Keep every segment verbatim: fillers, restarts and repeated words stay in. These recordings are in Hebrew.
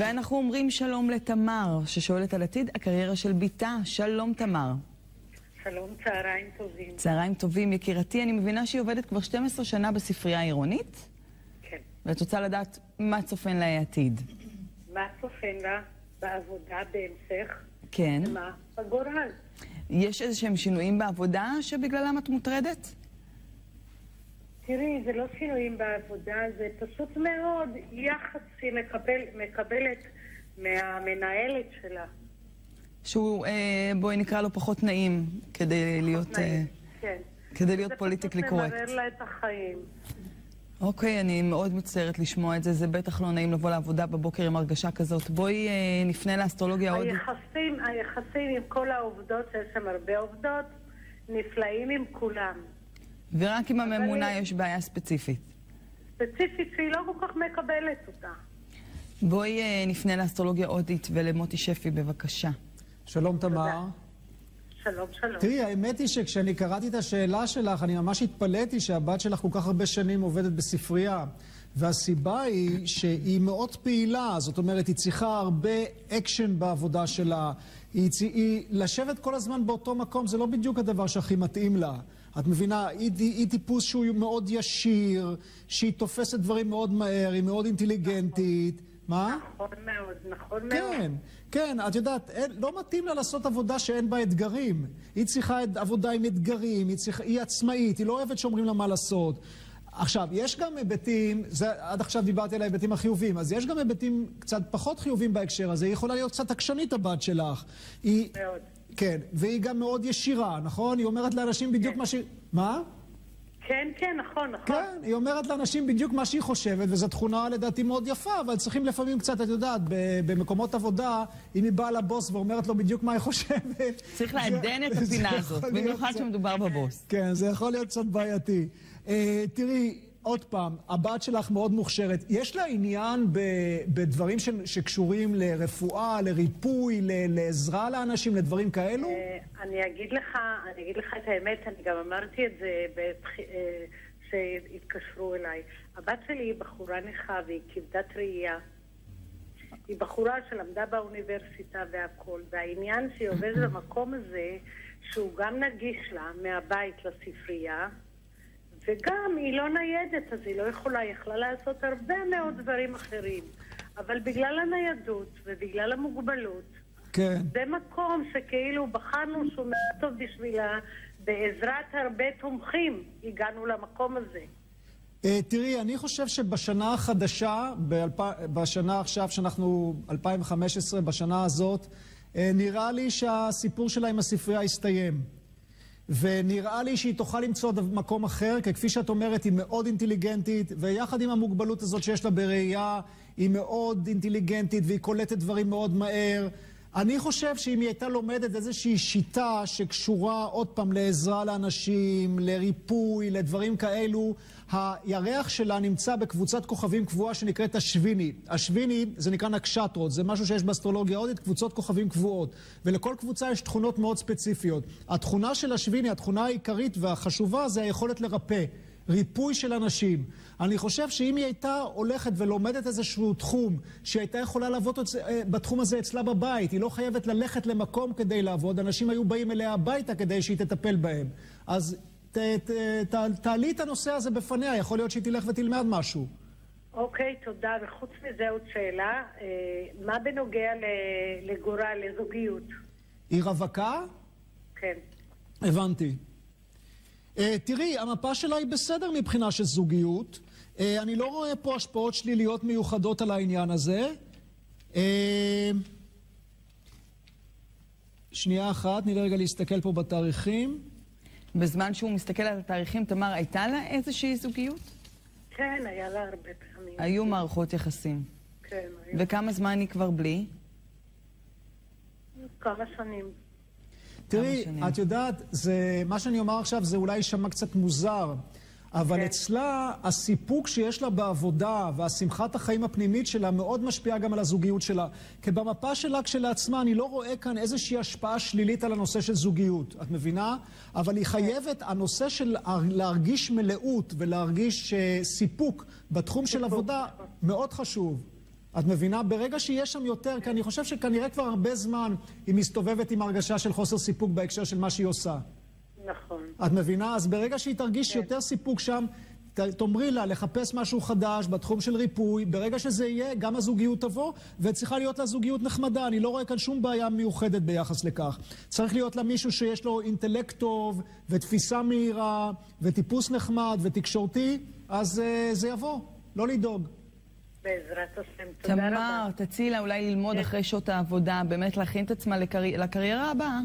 ואנחנו אומרים שלום לתמר, ששואלת על עתיד הקריירה של ביתה. שלום תמר. שלום, צהריים טובים. צהריים טובים, יקירתי. אני מבינה שהיא עובדת כבר שתים עשרה שנה בספרייה העירונית? כן. ואת רוצה לדעת מה צופן לה העתיד. מה צופן לה בעבודה בהמשך? כן. ומה בגורל? יש איזה שהם שינויים בעבודה שבגללם את מוטרדת? תראי, זה לא שינויים בעבודה, זה פשוט מאוד יחס שהיא מקבל, מקבלת מהמנהלת שלה. שהוא, אה, בואי נקרא לו פחות נעים, כדי להיות, נעים, אה, כן. כדי להיות פוליטיקלי קורקט. זה פשוט ממרר לה את החיים. אוקיי, אני מאוד מצטערת לשמוע את זה, זה בטח לא נעים לבוא לעבודה בבוקר עם הרגשה כזאת. בואי אה, נפנה לאסטרולוגיה עוד... היחסים, היחסים עם כל העובדות, שיש שם הרבה עובדות, נפלאים עם כולם. ורק עם הממונה אבל... יש בעיה ספציפית. ספציפית שהיא לא כל כך מקבלת אותה. בואי אה, נפנה לאסטרולוגיה הודית ולמוטי שפי, בבקשה. שלום תמר. שלום, שלום. תראי, האמת היא שכשאני קראתי את השאלה שלך, אני ממש התפלאתי שהבת שלך כל כך הרבה שנים עובדת בספרייה. והסיבה היא שהיא מאוד פעילה, זאת אומרת, היא צריכה הרבה אקשן בעבודה שלה. היא, היא לשבת כל הזמן באותו מקום, זה לא בדיוק הדבר שהכי מתאים לה. את מבינה, היא, היא, היא טיפוס שהוא מאוד ישיר, שהיא תופסת דברים מאוד מהר, היא מאוד אינטליגנטית. מה? נכון מאוד, נכון מאוד. כן, כן, את יודעת, אין, לא מתאים לה לעשות עבודה שאין בה אתגרים. היא צריכה עבודה עם אתגרים, היא, צריכה, היא עצמאית, היא לא אוהבת שאומרים לה מה לעשות. עכשיו, יש גם היבטים, זה, עד עכשיו דיברתי על ההיבטים החיוביים, אז יש גם היבטים קצת פחות חיוביים בהקשר הזה. היא יכולה להיות קצת עקשנית הבת שלך. היא, מאוד. כן, והיא גם מאוד ישירה, נכון? היא אומרת לאנשים בדיוק כן. מה שהיא... מה? כן, כן, נכון, נכון. כן, היא אומרת לאנשים בדיוק מה שהיא חושבת, וזו תכונה לדעתי מאוד יפה, אבל צריכים לפעמים קצת, את יודעת, במקומות עבודה, אם היא באה לבוס ואומרת לו בדיוק מה היא חושבת... צריך לעדן את הפינה הזאת, במיוחד שמדובר בבוס. כן, זה יכול להיות קצת בעייתי. תראי, עוד פעם, הבת שלך מאוד מוכשרת. יש לה עניין בדברים שקשורים לרפואה, לריפוי, לעזרה לאנשים, לדברים כאלו? אני אגיד לך, אני אגיד לך את האמת, אני גם אמרתי את זה שהתקשרו אליי. הבת שלי היא בחורה נכה והיא כבדת ראייה. היא בחורה שלמדה באוניברסיטה והכל, והעניין שהיא עובדת במקום הזה, שהוא גם נגיש לה מהבית לספרייה, וגם היא לא ניידת, אז היא לא יכולה, היא יכלה לעשות הרבה מאוד דברים אחרים. אבל בגלל הניידות ובגלל המוגבלות, כן. זה מקום שכאילו בחרנו שהוא מאוד טוב בשבילה, בעזרת הרבה תומכים הגענו למקום הזה. Uh, תראי, אני חושב שבשנה החדשה, בשנה עכשיו שאנחנו אלפיים וחמש עשרה, בשנה הזאת, uh, נראה לי שהסיפור שלה עם הספרייה הסתיים. ונראה לי שהיא תוכל למצוא מקום אחר, כי כפי שאת אומרת, היא מאוד אינטליגנטית, ויחד עם המוגבלות הזאת שיש לה בראייה, היא מאוד אינטליגנטית, והיא קולטת דברים מאוד מהר. אני חושב שאם היא הייתה לומדת איזושהי שיטה שקשורה עוד פעם לעזרה לאנשים, לריפוי, לדברים כאלו, הירח שלה נמצא בקבוצת כוכבים קבועה שנקראת השוויני. השוויני זה נקרא נקשטרות, זה משהו שיש באסטרולוגיה הודית, קבוצות כוכבים קבועות. ולכל קבוצה יש תכונות מאוד ספציפיות. התכונה של השוויני, התכונה העיקרית והחשובה, זה היכולת לרפא. ריפוי של אנשים. אני חושב שאם היא הייתה הולכת ולומדת איזשהו תחום, שהיא הייתה יכולה לעבוד בתחום הזה אצלה בבית, היא לא חייבת ללכת למקום כדי לעבוד, אנשים היו באים אליה הביתה כדי שהיא תטפל בהם. אז ת, ת, ת, תעלי את הנושא הזה בפניה, יכול להיות שהיא תלך ותלמד משהו. אוקיי, תודה. וחוץ מזה עוד שאלה, מה בנוגע לגורל, לזוגיות? היא רווקה? כן. הבנתי. Uh, תראי, המפה שלה היא בסדר מבחינה של זוגיות. Uh, אני לא רואה פה השפעות שליליות מיוחדות על העניין הזה. Uh, שנייה אחת, נראה רגע להסתכל פה בתאריכים. בזמן שהוא מסתכל על התאריכים, תמר, הייתה לה איזושהי זוגיות? כן, היה לה הרבה פעמים. היו מערכות יחסים. כן. היו. וכמה זמן היא כבר בלי? כמה שנים. תראי, את יודעת, זה, מה שאני אומר עכשיו זה אולי יישמע קצת מוזר, אבל כן. אצלה הסיפוק שיש לה בעבודה והשמחת החיים הפנימית שלה מאוד משפיעה גם על הזוגיות שלה. כי במפה שלה כשלעצמה אני לא רואה כאן איזושהי השפעה שלילית על הנושא של זוגיות, את מבינה? אבל היא חייבת, הנושא של להרגיש מלאות ולהרגיש uh, סיפוק בתחום של עבודה מאוד חשוב. את מבינה? ברגע שיש שם יותר, כי אני חושב שכנראה כבר הרבה זמן היא מסתובבת עם הרגשה של חוסר סיפוק בהקשר של מה שהיא עושה. נכון. את מבינה? אז ברגע שהיא תרגיש כן. יותר סיפוק שם, תאמרי לה לחפש משהו חדש בתחום של ריפוי, ברגע שזה יהיה, גם הזוגיות תבוא, וצריכה להיות לה זוגיות נחמדה. אני לא רואה כאן שום בעיה מיוחדת ביחס לכך. צריך להיות לה מישהו שיש לו אינטלקט טוב, ותפיסה מהירה, וטיפוס נחמד, ותקשורתי, אז uh, זה יבוא, לא לדאוג. בעזרת השם, תודה רבה. תמר, תציעי לה אולי ללמוד אחרי שעות העבודה, באמת להכין את עצמה לקרי... לקריירה הבאה.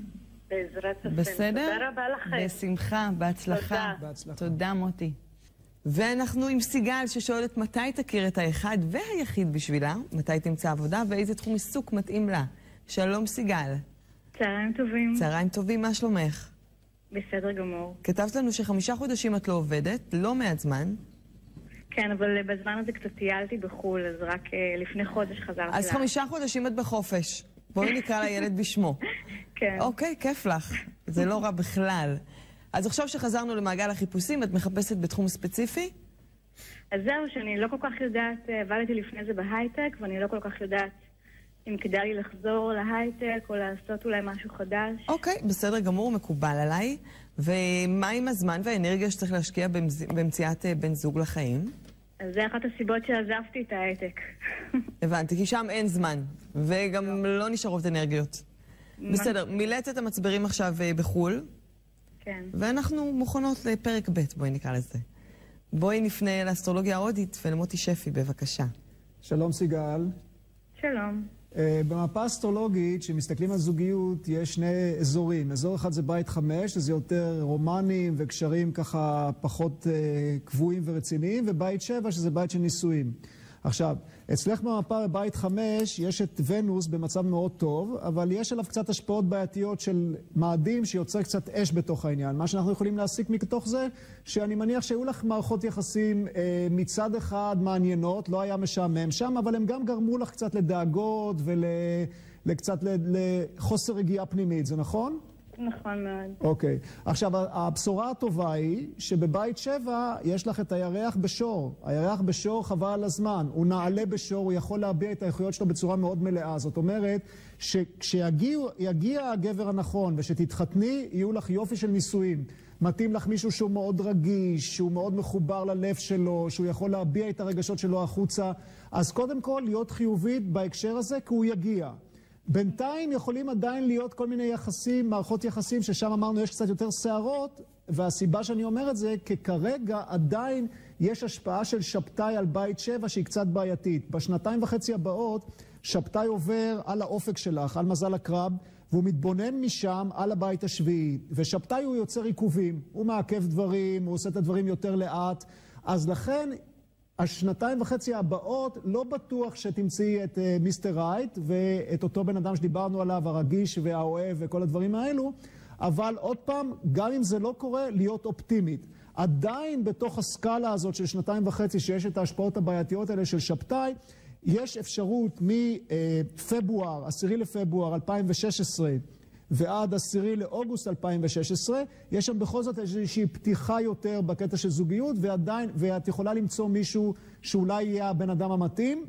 בעזרת השם. בסדר? תודה רבה לכם. בשמחה, בהצלחה. תודה. בהצלחה. תודה, מוטי. ואנחנו עם סיגל ששואלת מתי תכיר את האחד והיחיד בשבילה, מתי תמצא עבודה ואיזה תחום עיסוק מתאים לה. שלום סיגל. צהריים טובים. צהריים טובים, מה שלומך? בסדר גמור. כתבת לנו שחמישה חודשים את לא עובדת, לא מעט זמן. כן, אבל בזמן הזה קצת טיילתי בחול, אז רק uh, לפני חודש חזרתי. אז חמישה חודשים את בחופש. בואי נקרא לילד בשמו. כן. אוקיי, כיף לך. זה לא רע בכלל. אז עכשיו שחזרנו למעגל החיפושים, את מחפשת בתחום ספציפי? אז זהו, שאני לא כל כך יודעת, עבדתי לפני זה בהייטק, ואני לא כל כך יודעת אם כדאי לי לחזור להייטק או לעשות אולי משהו חדש. אוקיי, בסדר גמור, מקובל עליי. ומה עם הזמן והאנרגיה שצריך להשקיע במציאת בן זוג לחיים? אז זה אחת הסיבות שעזבתי את ההייטק. הבנתי, כי שם אין זמן, וגם לא נשארות אנרגיות. בסדר, מילאת את המצברים עכשיו בחול. כן. ואנחנו מוכנות לפרק ב', בואי נקרא לזה. בואי נפנה לאסטרולוגיה ההודית ולמוטי שפי, בבקשה. שלום סיגל. שלום. Uh, במפה אסטרולוגית, שמסתכלים על זוגיות, יש שני אזורים. אזור אחד זה בית חמש, שזה יותר רומנים וקשרים ככה פחות uh, קבועים ורציניים, ובית שבע, שזה בית של נישואים. עכשיו, אצלך במפה בבית חמש יש את ונוס במצב מאוד טוב, אבל יש עליו קצת השפעות בעייתיות של מאדים שיוצר קצת אש בתוך העניין. מה שאנחנו יכולים להסיק מתוך זה, שאני מניח שהיו לך מערכות יחסים אה, מצד אחד מעניינות, לא היה משעמם שם, אבל הם גם גרמו לך קצת לדאגות ולקצת לחוסר רגיעה פנימית, זה נכון? נכון מאוד. אוקיי. עכשיו, הבשורה הטובה היא שבבית שבע יש לך את הירח בשור. הירח בשור חבל על הזמן. הוא נעלה בשור, הוא יכול להביע את האיכויות שלו בצורה מאוד מלאה. זאת אומרת, שכשיגיע הגבר הנכון ושתתחתני, יהיו לך יופי של נישואים. מתאים לך מישהו שהוא מאוד רגיש, שהוא מאוד מחובר ללב שלו, שהוא יכול להביע את הרגשות שלו החוצה. אז קודם כל, להיות חיובית בהקשר הזה, כי הוא יגיע. בינתיים יכולים עדיין להיות כל מיני יחסים, מערכות יחסים, ששם אמרנו יש קצת יותר שערות, והסיבה שאני אומר את זה, כי כרגע עדיין יש השפעה של שבתאי על בית שבע שהיא קצת בעייתית. בשנתיים וחצי הבאות, שבתאי עובר על האופק שלך, על מזל הקרב, והוא מתבונן משם על הבית השביעי. ושבתאי הוא יוצר עיכובים, הוא מעכב דברים, הוא עושה את הדברים יותר לאט, אז לכן השנתיים וחצי הבאות לא בטוח שתמצאי את uh, מיסטר רייט ואת אותו בן אדם שדיברנו עליו, הרגיש והאוהב וכל הדברים האלו, אבל עוד פעם, גם אם זה לא קורה, להיות אופטימית. עדיין בתוך הסקאלה הזאת של שנתיים וחצי שיש את ההשפעות הבעייתיות האלה של שבתאי, יש אפשרות מפברואר, עשירי לפברואר אלפיים ושש עשרה ועד עשירי לאוגוסט אלפיים ושש עשרה, יש שם בכל זאת איזושהי פתיחה יותר בקטע של זוגיות, ועדיין, ואת יכולה למצוא מישהו שאולי יהיה הבן אדם המתאים.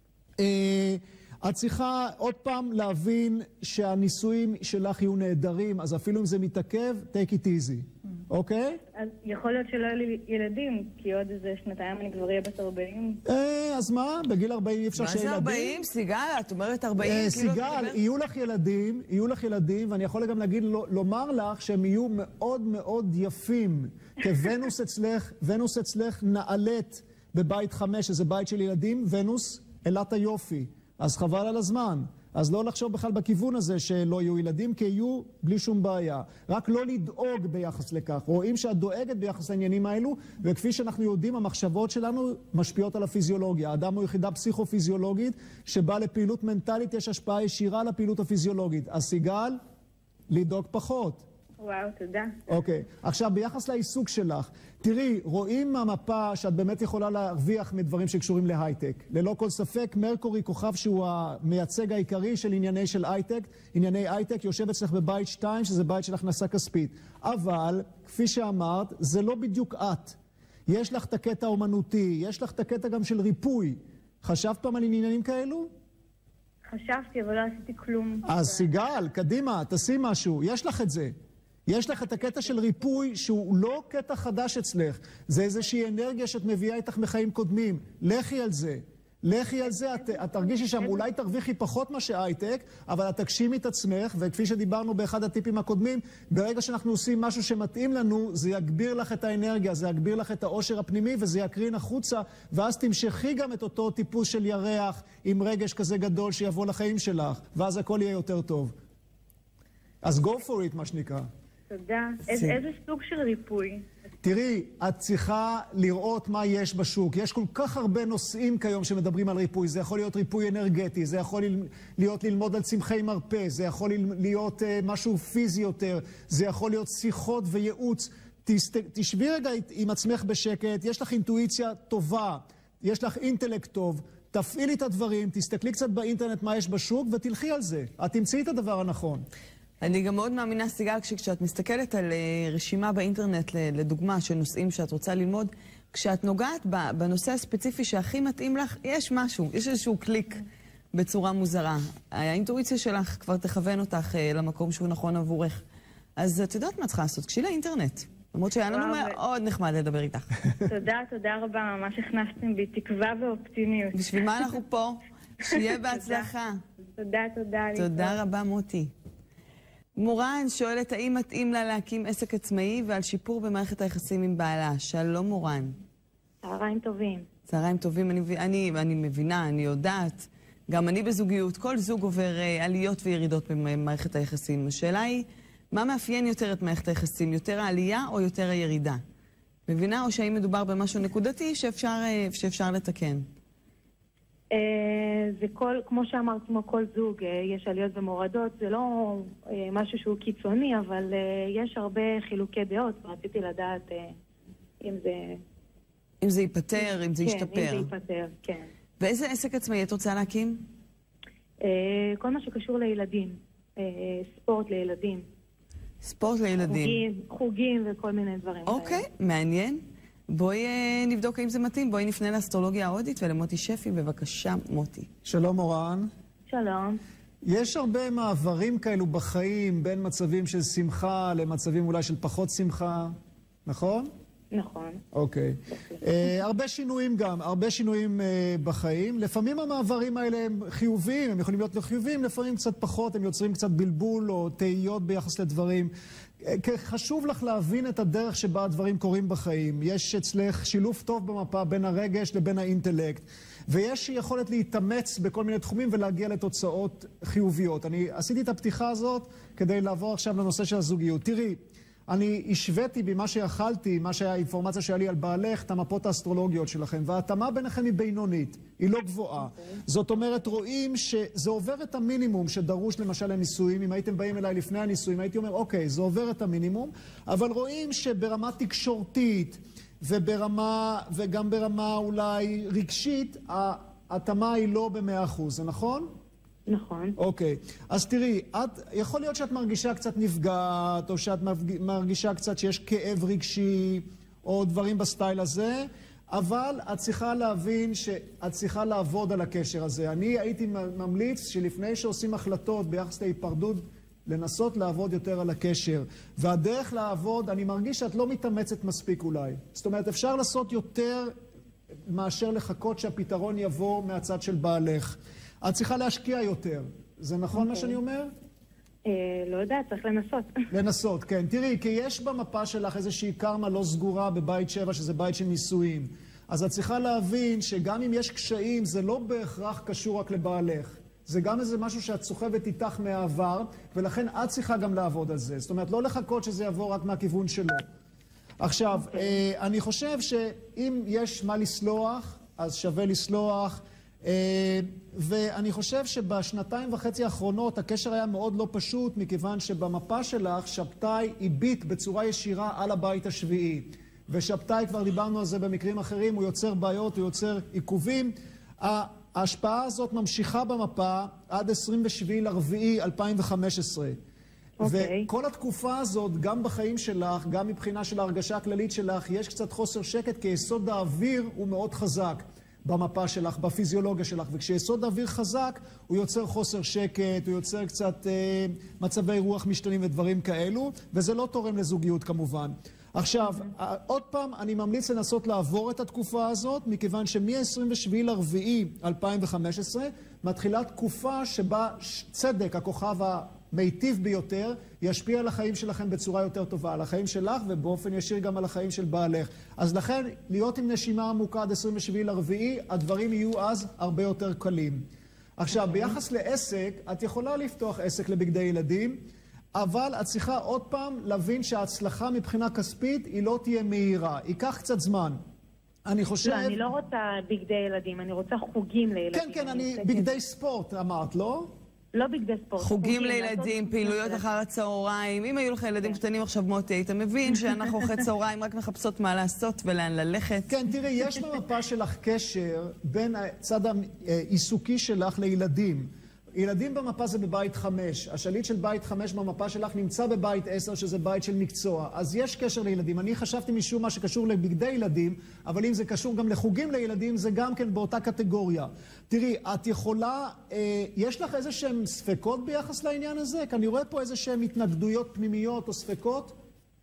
את צריכה עוד פעם להבין שהנישואים שלך יהיו נהדרים, אז אפילו אם זה מתעכב, take it easy. אוקיי? אז יכול להיות שלא יהיו לי ילדים, כי עוד איזה שנתיים אני כבר אהיה בת ארבעים. אה, אז מה? בגיל ארבעים אי אפשר שיהיה ילדים? מה זה ארבעים? סיגל, את אומרת ארבעים? סיגל, יהיו לך ילדים, יהיו לך ילדים, ואני יכול גם להגיד, לומר לך שהם יהיו מאוד מאוד יפים, כי ונוס אצלך, ונוס אצלך נעלת בבית חמש, שזה בית של ילדים, ונוס אלת היופי. אז חבל על הזמן. אז לא לחשוב בכלל בכיוון הזה שלא יהיו ילדים, כי יהיו בלי שום בעיה. רק לא לדאוג ביחס לכך. רואים שאת דואגת ביחס לעניינים האלו, וכפי שאנחנו יודעים, המחשבות שלנו משפיעות על הפיזיולוגיה. האדם הוא יחידה פסיכו-פיזיולוגית, שבה לפעילות מנטלית יש השפעה ישירה לפעילות הפיזיולוגית. אז סיגל, לדאוג פחות. וואו, תודה. אוקיי. עכשיו, ביחס לעיסוק שלך, תראי, רואים מהמפה שאת באמת יכולה להרוויח מדברים שקשורים להייטק. ללא כל ספק, מרקורי, כוכב שהוא המייצג העיקרי של ענייני של הייטק, ענייני הייטק, יושב אצלך בבית שתיים, שזה בית של הכנסה כספית. אבל, כפי שאמרת, זה לא בדיוק את. יש לך את הקטע האומנותי, יש לך את הקטע גם של ריפוי. חשבת פעם על עניינים כאלו? חשבתי, אבל לא עשיתי כלום. אז סיגל, קדימה, תעשי משהו. יש לך את זה. יש לך את הקטע של ריפוי שהוא לא קטע חדש אצלך. זה איזושהי אנרגיה שאת מביאה איתך מחיים קודמים. לכי על זה. לכי על זה, את, את תרגישי שם, אולי תרוויחי פחות מה שהייטק, אבל את תגשימי את עצמך, וכפי שדיברנו באחד הטיפים הקודמים, ברגע שאנחנו עושים משהו שמתאים לנו, זה יגביר לך את האנרגיה, זה יגביר לך את העושר הפנימי, וזה יקרין החוצה, ואז תמשכי גם את אותו טיפוס של ירח, עם רגש כזה גדול שיבוא לחיים שלך, ואז הכל יהיה יותר טוב. אז go for it, מה שנקרא. תודה. איזה, איזה סוג של ריפוי? תראי, את צריכה לראות מה יש בשוק. יש כל כך הרבה נושאים כיום שמדברים על ריפוי. זה יכול להיות ריפוי אנרגטי, זה יכול להיות ללמוד על צמחי מרפא, זה יכול להיות uh, משהו פיזי יותר, זה יכול להיות שיחות וייעוץ. תשת, תשבי רגע עם עצמך בשקט, יש לך אינטואיציה טובה, יש לך אינטלקט טוב, תפעילי את הדברים, תסתכלי קצת באינטרנט מה יש בשוק ותלכי על זה. את תמצאי את הדבר הנכון. אני גם מאוד מאמינה, סיגל, כשאת מסתכלת על רשימה באינטרנט, לדוגמה, של נושאים שאת רוצה ללמוד, כשאת נוגעת בנושא הספציפי שהכי מתאים לך, יש משהו, יש איזשהו קליק בצורה מוזרה. האינטואיציה שלך כבר תכוון אותך למקום שהוא נכון עבורך. אז את יודעת מה צריכה לעשות? קשי לאינטרנט. למרות שהיה לנו מאוד נחמד לדבר איתך. תודה, תודה רבה. ממש הכנסתם בי תקווה ואופטימיות. בשביל מה אנחנו פה? שיהיה בהצלחה. תודה, תודה. תודה רבה, מוטי. מורן שואלת, האם מתאים לה להקים עסק עצמאי ועל שיפור במערכת היחסים עם בעלה? שלום מורן. צהריים טובים. צהריים טובים, אני, אני, אני מבינה, אני יודעת. גם אני בזוגיות, כל זוג עובר uh, עליות וירידות במערכת היחסים. השאלה היא, מה מאפיין יותר את מערכת היחסים? יותר העלייה או יותר הירידה? מבינה? או שהאם מדובר במשהו נקודתי שאפשר, uh, שאפשר לתקן? זה כל, כמו שאמרת, כמו כל זוג, יש עליות ומורדות, זה לא משהו שהוא קיצוני, אבל יש הרבה חילוקי דעות, ורציתי לדעת אם זה... אם זה ייפטר, אם זה ישתפר. כן, אם זה ייפטר, כן. ואיזה עסק עצמאי את רוצה להקים? כל מה שקשור לילדים, ספורט לילדים. ספורט לילדים. חוגים, חוגים וכל מיני דברים. אוקיי, מעניין. בואי נבדוק האם זה מתאים, בואי נפנה לאסטרולוגיה ההודית ולמוטי שפי, בבקשה מוטי. שלום מורן. שלום. יש הרבה מעברים כאלו בחיים, בין מצבים של שמחה למצבים אולי של פחות שמחה, נכון? נכון. אוקיי. Uh, הרבה שינויים גם, הרבה שינויים uh, בחיים. לפעמים המעברים האלה הם חיוביים, הם יכולים להיות לא חיוביים, לפעמים קצת פחות, הם יוצרים קצת בלבול או תהיות ביחס לדברים. חשוב לך להבין את הדרך שבה הדברים קורים בחיים. יש אצלך שילוב טוב במפה בין הרגש לבין האינטלקט, ויש יכולת להתאמץ בכל מיני תחומים ולהגיע לתוצאות חיוביות. אני עשיתי את הפתיחה הזאת כדי לעבור עכשיו לנושא של הזוגיות. תראי, אני השוויתי במה שיכלתי, מה שהיה האינפורמציה שהיה לי על בעלך, את המפות האסטרולוגיות שלכם, וההתאמה ביניכם היא בינונית, היא לא גבוהה. זאת אומרת, רואים שזה עובר את המינימום שדרוש למשל לנישואים. אם הייתם באים אליי לפני הנישואים, הייתי אומר, אוקיי, זה עובר את המינימום, אבל רואים שברמה תקשורתית וברמה, וגם ברמה אולי רגשית, ההתאמה היא לא במאה אחוז, זה נכון? נכון. אוקיי. אז תראי, את, יכול להיות שאת מרגישה קצת נפגעת, או שאת מרגישה קצת שיש כאב רגשי, או דברים בסטייל הזה, אבל את צריכה להבין שאת צריכה לעבוד על הקשר הזה. אני הייתי ממליץ שלפני שעושים החלטות ביחס להיפרדות, לנסות לעבוד יותר על הקשר. והדרך לעבוד, אני מרגיש שאת לא מתאמצת מספיק אולי. זאת אומרת, אפשר לעשות יותר מאשר לחכות שהפתרון יבוא מהצד של בעלך. את צריכה להשקיע יותר. זה נכון מה שאני אומר? לא יודע, צריך לנסות. לנסות, כן. תראי, כי יש במפה שלך איזושהי קרמה לא סגורה בבית שבע, שזה בית של נישואים. אז את צריכה להבין שגם אם יש קשיים, זה לא בהכרח קשור רק לבעלך. זה גם איזה משהו שאת סוחבת איתך מהעבר, ולכן את צריכה גם לעבוד על זה. זאת אומרת, לא לחכות שזה יבוא רק מהכיוון שלו. עכשיו, אני חושב שאם יש מה לסלוח, אז שווה לסלוח. ואני חושב שבשנתיים וחצי האחרונות הקשר היה מאוד לא פשוט, מכיוון שבמפה שלך שבתאי הביט בצורה ישירה על הבית השביעי. ושבתאי, כבר דיברנו על זה במקרים אחרים, הוא יוצר בעיות, הוא יוצר עיכובים. ההשפעה הזאת ממשיכה במפה עד עשרים ושבעה לרביעי אלפיים וחמש עשרה. Okay. וכל התקופה הזאת, גם בחיים שלך, גם מבחינה של ההרגשה הכללית שלך, יש קצת חוסר שקט, כי יסוד האוויר הוא מאוד חזק. במפה שלך, בפיזיולוגיה שלך, וכשיסוד האוויר חזק, הוא יוצר חוסר שקט, הוא יוצר קצת אה, מצבי רוח משתנים ודברים כאלו, וזה לא תורם לזוגיות כמובן. עכשיו, mm-hmm. עוד פעם, אני ממליץ לנסות לעבור את התקופה הזאת, מכיוון שמ-עשרים ושבעה לרביעי אלפיים וחמש עשרה מתחילה תקופה שבה צדק, הכוכב המיטיב ביותר, ישפיע על החיים שלכם בצורה יותר טובה, על החיים שלך ובאופן ישיר גם על החיים של בעלך. אז לכן, להיות עם נשימה עמוקה עד עשרים ושבעה לרביעי, הדברים יהיו אז הרבה יותר קלים. עכשיו, okay. ביחס לעסק, את יכולה לפתוח עסק לבגדי ילדים, אבל את צריכה עוד פעם להבין שההצלחה מבחינה כספית היא לא תהיה מהירה, ייקח קצת זמן. אני חושב... לא, אני לא רוצה בגדי ילדים, אני רוצה חוגים לילדים. כן, כן, אני בגדי ספורט אמרת, לא? לא בגדי ספורט. חוגים לילדים, פעילויות אחר הצהריים. אם היו לך ילדים קטנים עכשיו מוטי, היית מבין שאנחנו אחרי צהריים רק מחפשות מה לעשות ולאן ללכת. כן, תראי, יש במפה שלך קשר בין הצד העיסוקי שלך לילדים. ילדים במפה זה בבית חמש. השליט של בית חמש במפה שלך נמצא בבית עשר, שזה בית של מקצוע. אז יש קשר לילדים. אני חשבתי משום מה שקשור לבגדי ילדים, אבל אם זה קשור גם לחוגים לילדים, זה גם כן באותה קטגוריה. תראי, את יכולה, אה, יש לך איזה שהם ספקות ביחס לעניין הזה? כי אני רואה פה איזה שהם התנגדויות פנימיות או ספקות?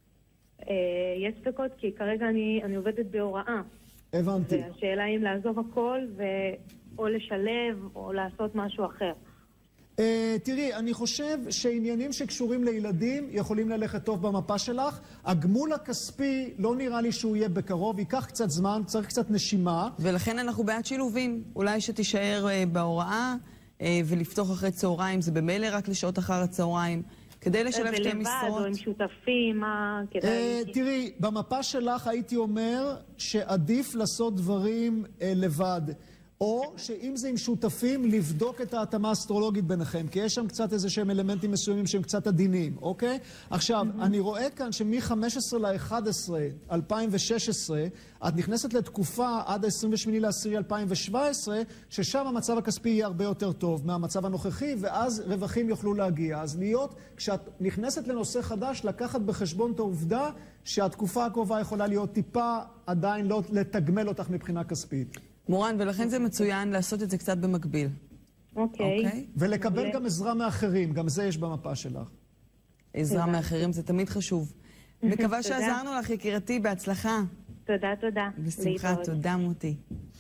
אה, יש ספקות, כי כרגע אני, אני עובדת בהוראה. הבנתי. והשאלה אם לעזוב הכל ו... או לשלב או לעשות משהו אחר. Uh, תראי, אני חושב שעניינים שקשורים לילדים יכולים ללכת טוב במפה שלך. הגמול הכספי לא נראה לי שהוא יהיה בקרוב, ייקח קצת זמן, צריך קצת נשימה. ולכן אנחנו בעד שילובים. אולי שתישאר uh, בהוראה uh, ולפתוח אחרי צהריים, זה במילא רק לשעות אחר הצהריים. כדי לשלב שתי משרות. ולבד או עם שותפים, מה כדאי... Uh, תראי, במפה שלך הייתי אומר שעדיף לעשות דברים uh, לבד. או שאם זה עם שותפים, לבדוק את ההתאמה האסטרולוגית ביניכם, כי יש שם קצת איזה שהם אלמנטים מסוימים שהם קצת עדינים, אוקיי? עכשיו, mm-hmm. אני רואה כאן שמ-חמישה עשר לאחד עשר אלפיים ושש עשרה, את נכנסת לתקופה עד ה-עשרים ושמונה לעשירי אלפיים ושבע עשרה, ששם המצב הכספי יהיה הרבה יותר טוב מהמצב הנוכחי, ואז רווחים יוכלו להגיע. אז להיות, כשאת נכנסת לנושא חדש, לקחת בחשבון את העובדה שהתקופה הקרובה יכולה להיות טיפה עדיין לא לתגמל אותך מבחינה כספית. מורן, ולכן זה מצוין לעשות את זה קצת במקביל. אוקיי. אוקיי? ולקבל גם עזרה מאחרים, גם זה יש במפה שלך. עזרה מאחרים זה תמיד חשוב. מקווה שעזרנו לך, יקירתי, בהצלחה. תודה, תודה. בשמחה, תודה מותי.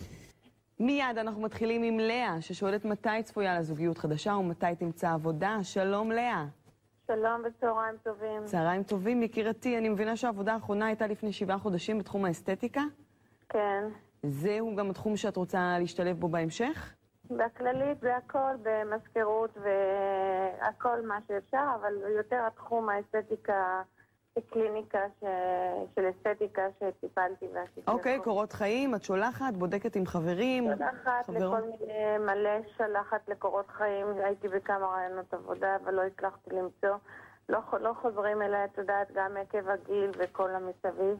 מיד אנחנו מתחילים עם לאה, ששואלת מתי צפויה לזוגיות חדשה ומתי תמצא עבודה. שלום לאה. שלום וצהריים טובים. צהריים טובים, יקירתי. אני מבינה שהעבודה האחרונה הייתה לפני שבעה חודשים בתחום האסתטיקה? כן. זהו גם התחום שאת רוצה להשתלב בו בהמשך? בכללית זה הכל, במזכירות והכל מה שאפשר, אבל יותר התחום האסתטיקה, קליניקה ש... של אסתטיקה שטיפלתי ועשיתי. אוקיי, קורות חיים, את שולחת, בודקת עם חברים? שולחת חבר... לכל מיני מלא, שלחת לקורות חיים, הייתי בכמה רעיונות עבודה, אבל לא הצלחתי למצוא. לא, לא חוזרים אליי, את יודעת, גם עקב הגיל וכל המסביב.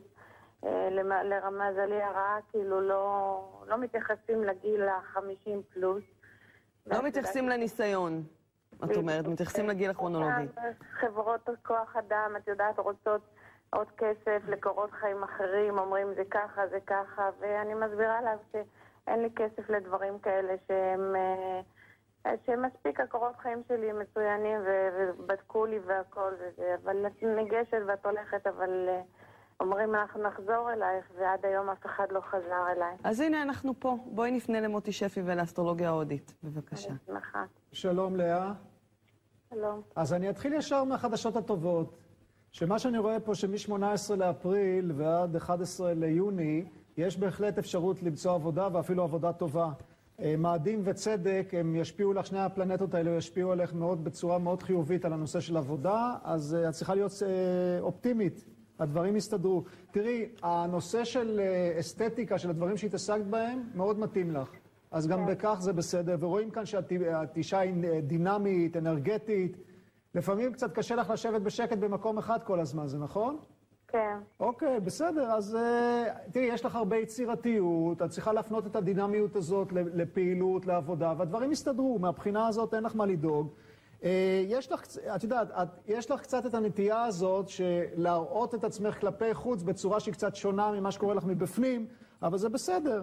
למזלי הרעה, כאילו לא, לא מתייחסים לגיל ה-חמישים פלוס. לא מתייחסים לניסיון, את אומרת, מתייחסים לגיל הכרונולוגי. חברות כוח אדם, את יודעת, רוצות עוד כסף לקורות חיים אחרים, אומרים זה ככה, זה ככה, ואני מסבירה לה שאין לי כסף לדברים כאלה שהם, שהם מספיק, הקורות חיים שלי מצוינים ובדקו לי והכל וזה, אבל את ניגשת ואת הולכת, אבל... אומרים, אנחנו נחזור אלייך, ועד היום אף אחד לא חזר אליי. אז הנה, אנחנו פה. בואי נפנה למוטי שפי ולאסטרולוגיה ההודית. בבקשה. אני שמחה. שלום, לאה. שלום. אז אני אתחיל ישר מהחדשות הטובות, שמה שאני רואה פה, שמ-שמונה עשרה לאפריל ועד אחד עשר ליוני, יש בהחלט אפשרות למצוא עבודה, ואפילו עבודה טובה. מאדים וצדק, הם ישפיעו לך, שני הפלנטות האלו ישפיעו עליך מאוד, בצורה מאוד חיובית על הנושא של עבודה, אז את צריכה להיות אופטימית. הדברים יסתדרו. תראי, הנושא של אסתטיקה, של הדברים שהתעסקת בהם, מאוד מתאים לך. אז גם בכך זה בסדר, ורואים כאן שאת אישה דינמית, אנרגטית. לפעמים קצת קשה לך לשבת בשקט במקום אחד כל הזמן, זה נכון? כן. אוקיי, בסדר. אז תראי, יש לך הרבה יצירתיות, את צריכה להפנות את הדינמיות הזאת לפעילות, לעבודה, והדברים יסתדרו. מהבחינה הזאת אין לך מה לדאוג. יש לך, את יודעת, יש לך קצת את הנטייה הזאת של להראות את עצמך כלפי חוץ בצורה שהיא קצת שונה ממה שקורה לך מבפנים, אבל זה בסדר.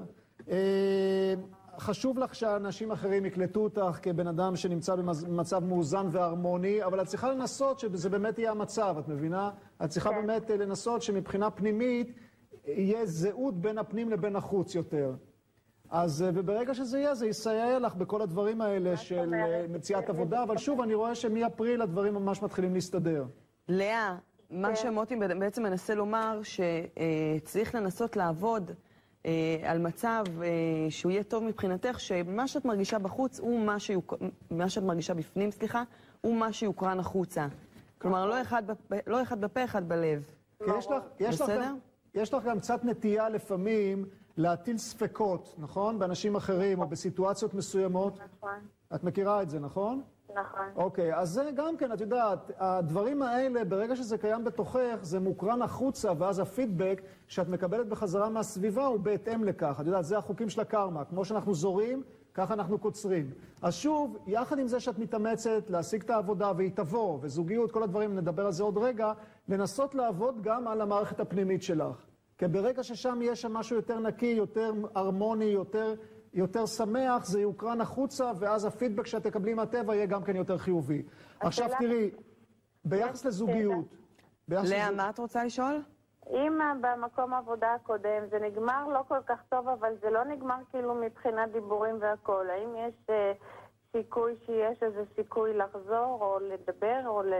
חשוב לך שאנשים אחרים יקלטו אותך כבן אדם שנמצא במצב מאוזן והרמוני, אבל את צריכה לנסות שזה באמת יהיה המצב, את מבינה? את צריכה באמת לנסות שמבחינה פנימית יהיה זהות בין הפנים לבין החוץ יותר. אז וברגע שזה יהיה, זה יסייע לך בכל הדברים האלה של מציאת עבודה, אבל שוב, אני רואה שמאפריל הדברים ממש מתחילים להסתדר. לאה, מה שמוטי בעצם מנסה לומר, שצריך לנסות לעבוד על מצב שהוא יהיה טוב מבחינתך, שמה שאת מרגישה בחוץ הוא מה שיוק... מה שאת מרגישה בפנים, סליחה, הוא מה שיוקרן החוצה. כלומר, לא אחד, בפ... לא אחד בפה, אחד בלב. יש לך, יש בסדר? לך גם, יש לך גם קצת נטייה לפעמים להטיל ספקות, נכון? באנשים אחרים או בסיטואציות מסוימות. נכון. את מכירה את זה, נכון? נכון. אוקיי, אז זה גם כן, את יודעת, הדברים האלה, ברגע שזה קיים בתוכך, זה מוקרן החוצה, ואז הפידבק שאת מקבלת בחזרה מהסביבה הוא בהתאם לכך. את יודעת, זה החוקים של הקרמה. כמו שאנחנו זורים, ככה אנחנו קוצרים. אז שוב, יחד עם זה שאת מתאמצת להשיג את העבודה והיא תבוא, וזוגיות, כל הדברים, נדבר על זה עוד רגע, לנסות לעבוד גם על המערכת הפנימית שלך. כי ברגע ששם יש שם משהו יותר נקי, יותר הרמוני, יותר... יותר שמח, זה יוקרן החוצה, ואז הפידבק שאת תקבלי מהטבע יהיה גם כן יותר חיובי. עכשיו תראי, ביחס לזוגיות... לאה, מה את רוצה לשאול? אם במקום העבודה הקודם זה נגמר לא כל כך טוב, אבל זה לא נגמר כאילו מבחינת דיבורים והכל. האם יש סיכוי שיש איזה סיכוי לחזור, או לדבר, או ל...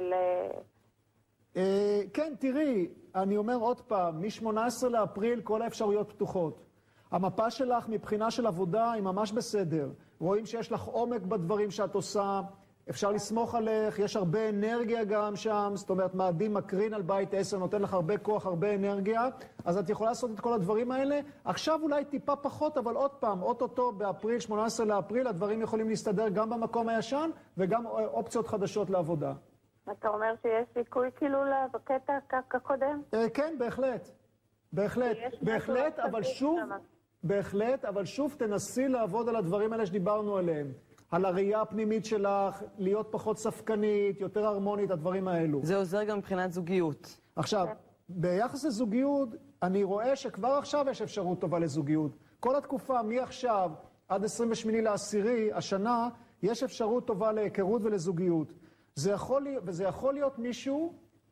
כן, תראי, אני אומר עוד פעם, מ-שמונה עשרה לאפריל כל האפשרויות פתוחות. המפה שלך מבחינה של עבודה היא ממש בסדר. רואים שיש לך עומק בדברים שאת עושה, אפשר לסמוך עליך, יש הרבה אנרגיה גם שם, זאת אומרת, מאדים מקרין על בית עשר, נותן לך הרבה כוח, הרבה אנרגיה, אז את יכולה לעשות את כל הדברים האלה. עכשיו אולי טיפה פחות, אבל עוד פעם, אוטוטו באפריל, שמונה עשרה לאפריל, הדברים יכולים להסתדר גם במקום הישן, וגם אופציות חדשות לעבודה. אתה אומר שיש סיכוי כאילו לקטע הקודם? כן, בהחלט. בהחלט, בהחלט, אבל שוב... בהחלט, אבל שוב תנסי לעבוד על הדברים האלה שדיברנו עליהם. על הראייה הפנימית שלך, להיות פחות ספקנית, יותר הרמונית, הדברים האלו. זה עוזר גם מבחינת זוגיות. עכשיו, ביחס לזוגיות, אני רואה שכבר עכשיו יש אפשרות טובה לזוגיות. כל התקופה, מעכשיו עד עשרים ושמונה לעשירי, השנה, יש אפשרות טובה להיכרות ולזוגיות. זה יכול, וזה יכול להיות מישהו...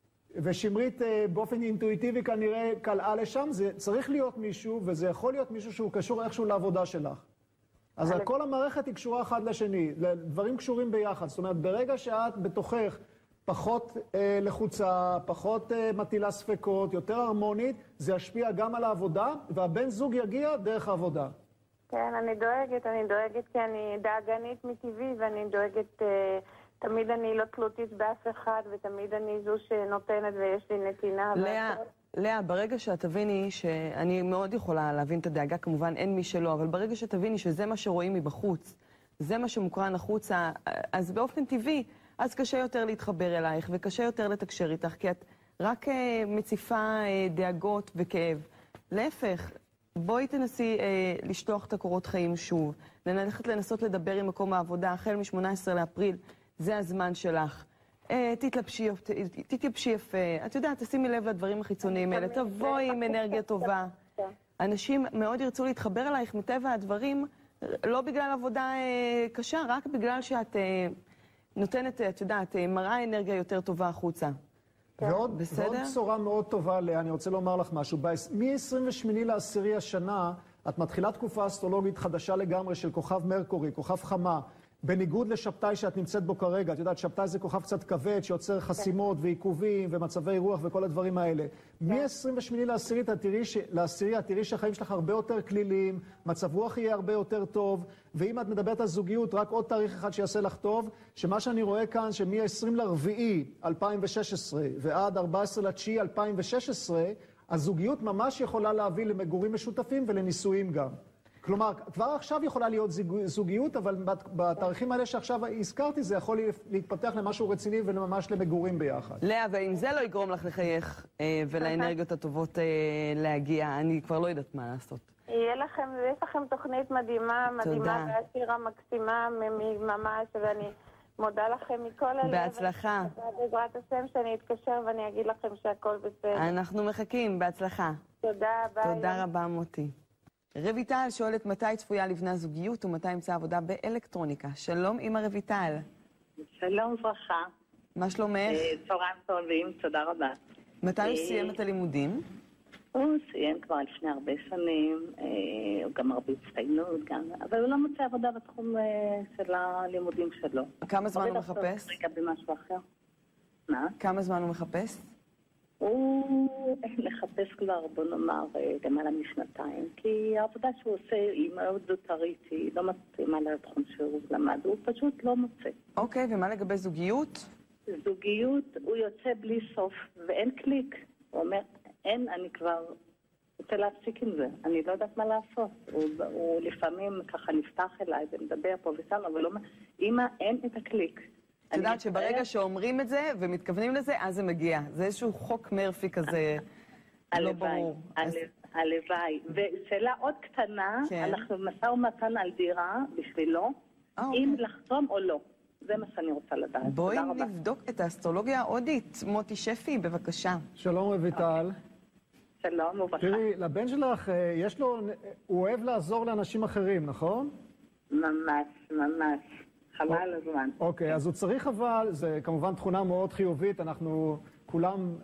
ושמרית באופן אינטואיטיבי כנראה קלעה לשם, זה צריך להיות מישהו, וזה יכול להיות מישהו שהוא קשור איכשהו לעבודה שלך. אז כל המערכת היא קשורה אחד לשני, דברים קשורים ביחד. זאת אומרת, ברגע שאת בתוכך פחות אה, לחוצה, פחות אה, מטילה ספקות, יותר הרמונית, זה ישפיע גם על העבודה, והבן זוג יגיע דרך העבודה. כן, אני דואגת, אני דואגת כי אני דאגנית מטבעי, ואני דואגת... אה... תמיד אני לא תלותית באף אחד, ותמיד אני זו שנותנת ויש לי נתינה. לאה, לאה, ברגע שאת תביני, שאני מאוד יכולה להבין את הדאגה, כמובן אין מי שלא, אבל ברגע שתביני שזה מה שרואים מבחוץ, זה מה שמוקרן החוצה, אז באופן טבעי, אז קשה יותר להתחבר אלייך, וקשה יותר לתקשר איתך, כי את רק מציפה דאגות וכאב. להפך, בואי תנסי אה, לשטוח את הקורות חיים שוב, ללכת לנסות לדבר עם מקום העבודה, החל מ-שמונה עשרה לאפריל, זה הזמן שלך. אה, תתלבשי, ת, תתייבשי יפה, את יודעת, תשימי לב לדברים החיצוניים האלה, תבואי עם אנרגיה טובה. אנשים מאוד ירצו להתחבר אלייך מטבע הדברים, לא בגלל עבודה אה, קשה, רק בגלל שאת אה, נותנת, את יודעת, אה, מראה אנרגיה יותר טובה החוצה. ועוד, ועוד בשורה מאוד טובה, לאה, אני רוצה לומר לך משהו. מ-עשרים ושמונה לעשירי השנה, את מתחילה תקופה אסטרולוגית חדשה לגמרי של כוכב מרקורי, כוכב חמה, בניגוד לשבתאי שאת נמצאת בו כרגע. את יודעת, שבתאי זה כוכב קצת כבד, שיוצר חסימות ועיכובים ומצבי רוח וכל הדברים האלה. מ-עשרים ושמונה לעשירי, את תראי שהחיים שלך הרבה יותר כליליים, מצב רוח יהיה הרבה יותר טוב, ואם את מדברת על זוגיות, רק עוד תאריך אחד שיעשה לך טוב, שמה שאני רואה כאן, שמ-עשרים לרביעי אלפיים ושש עשרה ועד ארבעה עשר לתשיעי אלפיים ושש עשרה, הזוגיות ממש יכולה להביא למגורים משותפים ולנישואים גם. כלומר, כבר עכשיו יכולה להיות זוגיות, אבל בתאריכים האלה שעכשיו הזכרתי, זה יכול להתפתח למשהו רציני וממש למגורים ביחד. לאה, ואם זה לא יגרום לך לחייך ולאנרגיות הטובות להגיע, אני כבר לא יודעת מה לעשות. יהיה לכם, יש לכם תוכנית מדהימה, מדהימה, והשירה מקסימה ממש, ואני מודה לכם מכל הלב. בהצלחה. בעזרת השם שאני אתקשר ואני אגיד לכם שהכל בסדר. אנחנו מחכים, בהצלחה. תודה, ביי. תודה רבה, מוטי. רויטל שואלת מתי צפויה לבנה זוגיות ומתי ימצא עבודה באלקטרוניקה. שלום אמא רויטל. שלום וברכה. מה שלומך? צהריים טובים, תודה רבה. מתי הוא סיים את הלימודים? הוא סיים כבר לפני הרבה שנים, הוא גם הרבה הצטיינות, אבל הוא לא מוצא עבודה בתחום של הלימודים שלו. כמה זמן הוא מחפש? רגע במשהו אחר. מה? כמה זמן הוא מחפש? הוא מחפש כבר, בוא נאמר, למעלה משנתיים, כי העבודה שהוא עושה היא מאוד זוטרית, היא לא מתאימה לתחום שהוא למד, הוא פשוט לא מוצא. אוקיי, ומה לגבי זוגיות? זוגיות, הוא יוצא בלי סוף, ואין קליק. הוא אומר, אין, אני כבר רוצה להפסיק עם זה, אני לא יודעת מה לעשות. הוא, הוא לפעמים ככה נפתח אליי ומדבר פה ושם, אבל לא... אמא, אין את הקליק. את יודעת שברגע שאומרים את זה ומתכוונים לזה, אז זה מגיע. זה איזשהו חוק מרפי כזה, לא ברור. הלוואי. ושאלה עוד קטנה, אנחנו משא ומתן על דירה בשבילו, אם לחתום או לא. זה מה שאני רוצה לדעת. בואי נבדוק את האסטרולוגיה ההודית. מוטי שפי, בבקשה. שלום רויטל. שלום וברכה. תראי, לבן שלך, יש לו, הוא אוהב לעזור לאנשים אחרים, נכון? ממש, ממש. חבל על הזמן. אוקיי, אז הוא צריך אבל, זה כמובן תכונה מאוד חיובית, אנחנו כולם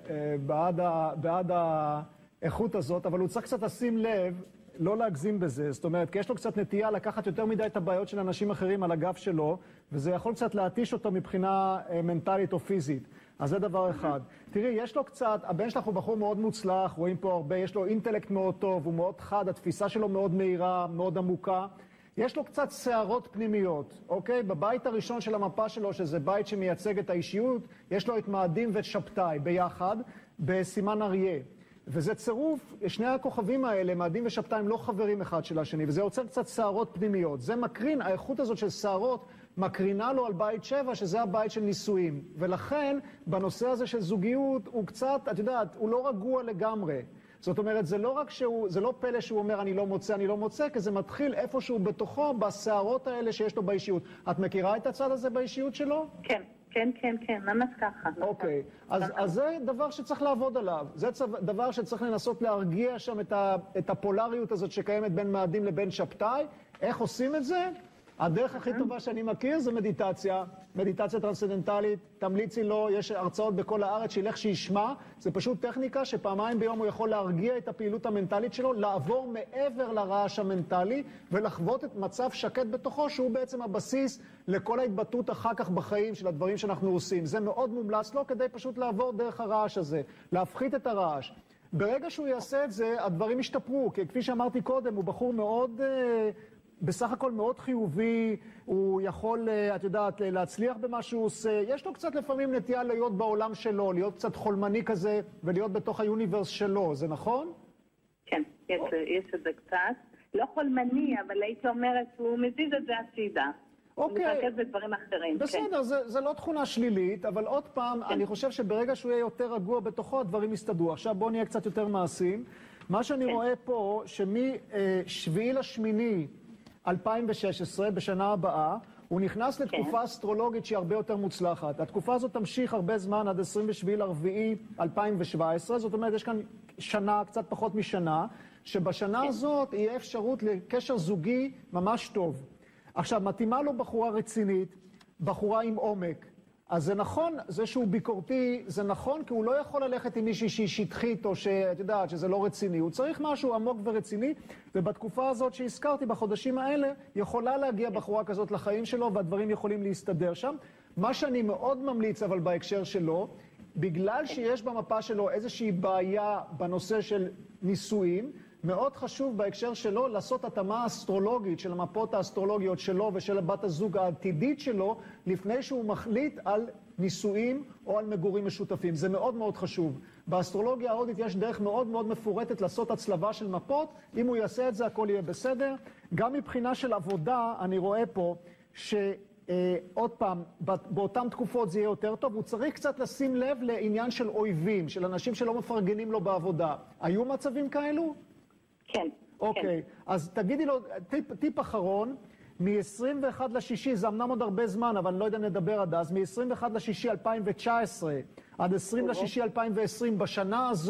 בעד האיכות הזאת, אבל הוא צריך קצת לשים לב, לא להגזים בזה. זאת אומרת, כי יש לו קצת נטייה לקחת יותר מדי את הבעיות של אנשים אחרים על הגב שלו, וזה יכול קצת להתיש אותו מבחינה מנטלית או פיזית. אז זה דבר אחד. תראי, יש לו קצת, הבן שלך הוא בחור מאוד מוצלח, רואים פה הרבה, יש לו אינטלקט מאוד טוב, הוא מאוד חד, התפיסה שלו מאוד מהירה, מאוד עמוקה. יש לו קצת שערות פנימיות, אוקיי? בבית הראשון של המפה שלו, שזה בית שמייצג את האישיות, יש לו את מאדים ואת שבתאי ביחד, בסימן אריה. וזה צירוף, שני הכוכבים האלה, מאדים ושבתאי, הם לא חברים אחד של השני, וזה יוצר קצת שערות פנימיות. זה מקרין, האיכות הזאת של שערות מקרינה לו על בית שבע, שזה הבית של נישואים. ולכן, בנושא הזה של זוגיות, הוא קצת, את יודעת, הוא לא רגוע לגמרי. זאת אומרת, זה לא רק שהוא, זה לא פלא שהוא אומר אני לא מוצא, אני לא מוצא, כי זה מתחיל איפשהו בתוכו, בשערות האלה שיש לו באישיות. את מכירה את הצד הזה באישיות שלו? כן, כן, כן, כן, ממש ככה. אוקיי, אז, אז זה דבר שצריך לעבוד עליו. זה דבר שצריך לנסות להרגיע שם את, ה, את הפולריות הזאת שקיימת בין מאדים לבין שבתאי. איך עושים את זה? הדרך הכי טובה שאני מכיר זה מדיטציה, מדיטציה טרנסצנדנטלית, תמליצי לו, יש הרצאות בכל הארץ, שילך שישמע, זה פשוט טכניקה שפעמיים ביום הוא יכול להרגיע את הפעילות המנטלית שלו, לעבור מעבר לרעש המנטלי ולחוות את מצב שקט בתוכו, שהוא בעצם הבסיס לכל ההתבטאות אחר כך בחיים של הדברים שאנחנו עושים. זה מאוד מומלץ לו כדי פשוט לעבור דרך הרעש הזה, להפחית את הרעש. ברגע שהוא יעשה את זה, הדברים ישתפרו, כי כפי שאמרתי קודם, הוא בחור מאוד... בסך הכל מאוד חיובי, הוא יכול, את יודעת, להצליח במה שהוא עושה. יש לו קצת לפעמים נטייה להיות בעולם שלו, להיות קצת חולמני כזה, ולהיות בתוך היוניברס שלו, זה נכון? כן, יש, יש את זה קצת. לא חולמני, אבל הייתי אומרת שהוא מזיז את זה הצידה. אוקיי. הוא מתרכז בדברים אחרים. בסדר, כן. זה, זה לא תכונה שלילית, אבל עוד פעם, כן. אני חושב שברגע שהוא יהיה יותר רגוע בתוכו, הדברים יסתדרו. עכשיו בואו נהיה קצת יותר מעשיים. מה שאני כן. רואה פה, שמשביעי לשמיני, אלפיים ושש עשרה, בשנה הבאה, הוא נכנס לתקופה כן. אסטרולוגית שהיא הרבה יותר מוצלחת. התקופה הזאת תמשיך הרבה זמן עד עשרים ושבעה לאפריל אלפיים שבע עשרה, זאת אומרת, יש כאן שנה, קצת פחות משנה, שבשנה כן. הזאת יהיה אפשרות לקשר זוגי ממש טוב. עכשיו, מתאימה לו בחורה רצינית, בחורה עם עומק. אז זה נכון, זה שהוא ביקורתי, זה נכון, כי הוא לא יכול ללכת עם מישהי שהיא שטחית, או שאת יודעת שזה לא רציני. הוא צריך משהו עמוק ורציני, ובתקופה הזאת שהזכרתי, בחודשים האלה, יכולה להגיע בחורה כזאת לחיים שלו, והדברים יכולים להסתדר שם. מה שאני מאוד ממליץ, אבל בהקשר שלו, בגלל שיש במפה שלו איזושהי בעיה בנושא של נישואים, מאוד חשוב בהקשר שלו לעשות התאמה אסטרולוגית של המפות האסטרולוגיות שלו ושל בת הזוג העתידית שלו, לפני שהוא מחליט על נישואים או על מגורים משותפים. זה מאוד מאוד חשוב. באסטרולוגיה ההודית יש דרך מאוד מאוד מפורטת לעשות הצלבה של מפות. אם הוא יעשה את זה, הכל יהיה בסדר. גם מבחינה של עבודה, אני רואה פה ש... אה, עוד פעם, באותן תקופות זה יהיה יותר טוב. הוא צריך קצת לשים לב לעניין של אויבים, של אנשים שלא מפרגנים לו בעבודה. היו מצבים כאלו? כן. אוקיי, כן. אז תגידי לו, טיפ, טיפ אחרון, מ-עשרים ואחד לשישי, זה אמנם עוד הרבה זמן, אבל אני לא יודע אם נדבר עד אז, מ-עשרים ואחד לשישי אלפיים תשע עשרה עד עשרים לשישי אלפיים ועשרים, בשנה הזאת,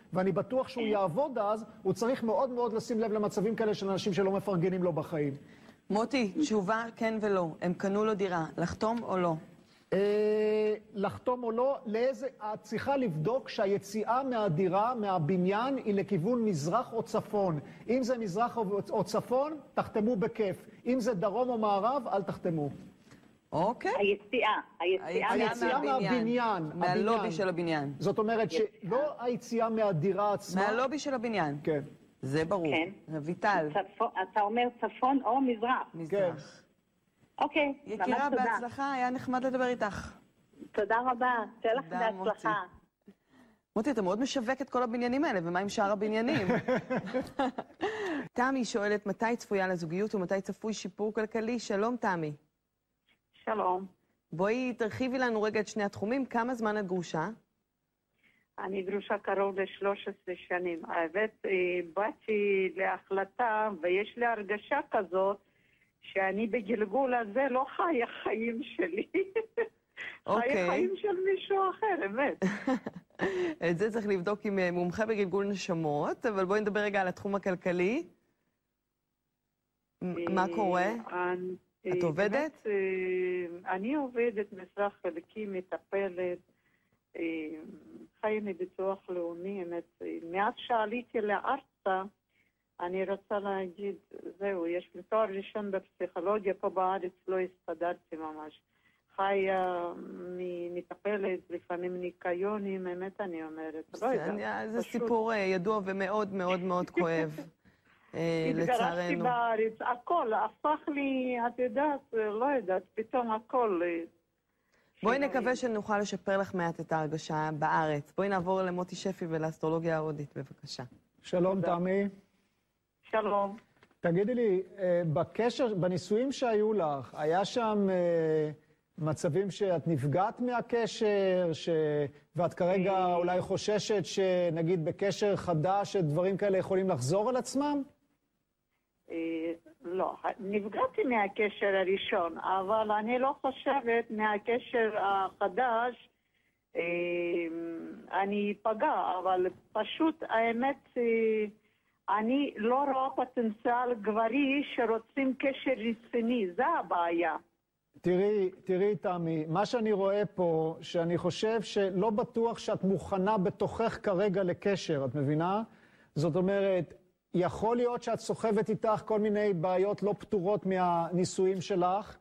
ואני בטוח שהוא יעבוד אז, הוא צריך מאוד מאוד לשים לב למצבים כאלה של אנשים שלא מפרגנים לו בחיים. מוטי, תשובה כן ולא. הם קנו לו דירה. לחתום או לא? אה, לחתום או לא, לאיזה... את צריכה לבדוק שהיציאה מהדירה, מהבניין, היא לכיוון מזרח או צפון. אם זה מזרח או, או צפון, תחתמו בכיף. אם זה דרום או מערב, אל תחתמו. אוקיי. היציאה, היציאה היציאה מהבניין. מהלובי של הבניין. זאת אומרת שלא היציאה מהדירה עצמה. מהלובי של הבניין. כן. זה ברור. כן. רויטל. אתה אומר צפון או מזרח? מזרח. אוקיי, ממש יקירה, תודה. בהצלחה, היה נחמד לדבר איתך. תודה רבה, תהיה לך תודה, בהצלחה. מוטי, אתה מאוד משווק את כל הבניינים האלה, ומה עם שאר הבניינים? תמי שואלת, מתי צפויה לזוגיות ומתי צפוי שיפור כלכלי? שלום, תמי. שלום. בואי תרחיבי לנו רגע את שני התחומים. כמה זמן את גרושה? אני גרושה קרוב ל-שלוש עשרה שנים. האמת, באתי להחלטה, ויש לי הרגשה כזאת, שאני בגלגול הזה לא חי החיים שלי. חי החיים של מישהו אחר, אמת. את זה צריך לבדוק עם מומחה בגלגול נשמות, אבל בואי נדבר רגע על התחום הכלכלי. מה קורה? את עובדת? אני עובדת משרה חלקי, מטפלת, חי מביטוח לאומי. מאז שעליתי לארצה, אני רוצה להגיד, זהו, יש לי תואר ראשון בפסיכולוגיה, פה בארץ לא הסתדרתי ממש. חיה, מטפלת, לפעמים ניקיונים, אמת אני אומרת. לא יודעת. זה סיפור ידוע ומאוד מאוד מאוד כואב, לצערנו. התגרשתי בארץ, הכל הפך לי, את יודעת, לא יודעת, פתאום הכל. בואי נקווה שנוכל לשפר לך מעט את ההרגשה בארץ. בואי נעבור למוטי שפי ולאסטרולוגיה ההודית, בבקשה. שלום, תמי. שלום. תגידי לי, בקשר, בנישואים שהיו לך, היה שם מצבים שאת נפגעת מהקשר, ש... ואת כרגע אולי חוששת שנגיד בקשר חדש שדברים כאלה יכולים לחזור על עצמם? לא, נפגעתי מהקשר הראשון, אבל אני לא חושבת מהקשר החדש אני אפגע, אבל פשוט האמת אני לא רואה פוטנציאל גברי שרוצים קשר רציני, זה הבעיה. תראי, תראי תמי, מה שאני רואה פה, שאני חושב שלא בטוח שאת מוכנה בתוכך כרגע לקשר, את מבינה? זאת אומרת, יכול להיות שאת סוחבת איתך כל מיני בעיות לא פתורות מהנישואים שלך.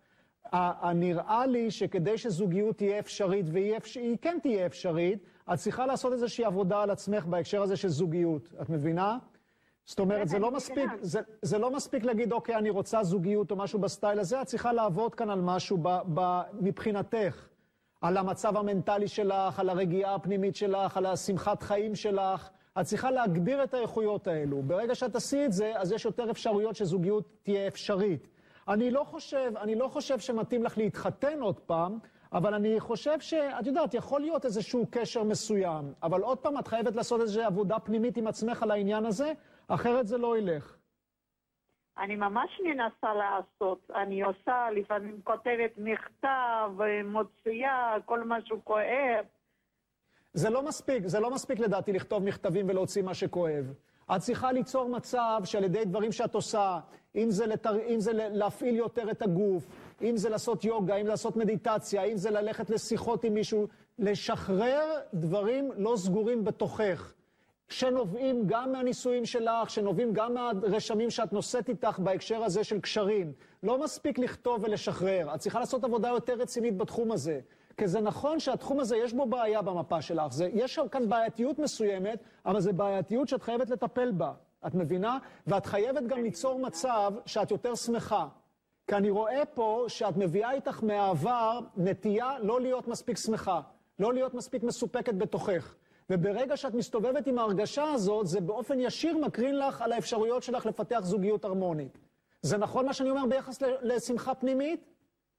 נראה לי שכדי שזוגיות תהיה אפשרית, והיא כן תהיה אפשרית, את צריכה לעשות איזושהי עבודה על עצמך בהקשר הזה של זוגיות, את מבינה? זאת אומרת, זה לא מספיק, זה, זה לא מספיק להגיד, אוקיי, אני רוצה זוגיות או משהו בסטייל הזה, את צריכה לעבוד כאן על משהו ב, ב, מבחינתך, על המצב המנטלי שלך, על הרגיעה הפנימית שלך, על השמחת חיים שלך. את צריכה להגביר את האיכויות האלו. ברגע שאת תעשי את זה, אז יש יותר אפשרויות שזוגיות תהיה אפשרית. אני לא חושב, אני לא חושב שמתאים לך להתחתן עוד פעם, אבל אני חושב שאת יודעת, יכול להיות איזשהו קשר מסוים, אבל עוד פעם את חייבת לעשות איזושהי עבודה פנימית עם עצמך על העניין הזה, אחרת זה לא ילך. אני ממש מנסה לעשות. אני עושה, לפעמים כותבת מכתב, מוציאה, כל משהו כואב. זה לא מספיק, זה לא מספיק לדעתי לכתוב מכתבים ולהוציא מה שכואב. את צריכה ליצור מצב שעל ידי דברים שאת עושה, אם זה, לתר... אם זה להפעיל יותר את הגוף, אם זה לעשות יוגה, אם זה לעשות מדיטציה, אם זה ללכת לשיחות עם מישהו, לשחרר דברים לא סגורים בתוכך, שנובעים גם מהנישואים שלך, שנובעים גם מהרשמים שאת נושאת איתך בהקשר הזה של קשרים. לא מספיק לכתוב ולשחרר, את צריכה לעשות עבודה יותר רצינית בתחום הזה. כי זה נכון שהתחום הזה יש בו בעיה במפה שלך, זה, יש כאן בעייתיות מסוימת, אבל זה בעייתיות שאת חייבת לטפל בה, את מבינה? ואת חייבת גם ליצור מצב שאת יותר שמחה. כי אני רואה פה שאת מביאה איתך מהעבר נטייה לא להיות מספיק שמחה, לא להיות מספיק מסופקת בתוכך. וברגע שאת מסתובבת עם ההרגשה הזאת, זה באופן ישיר מקרין לך על האפשרויות שלך לפתח זוגיות הרמונית. זה נכון מה שאני אומר ביחס לשמחה פנימית?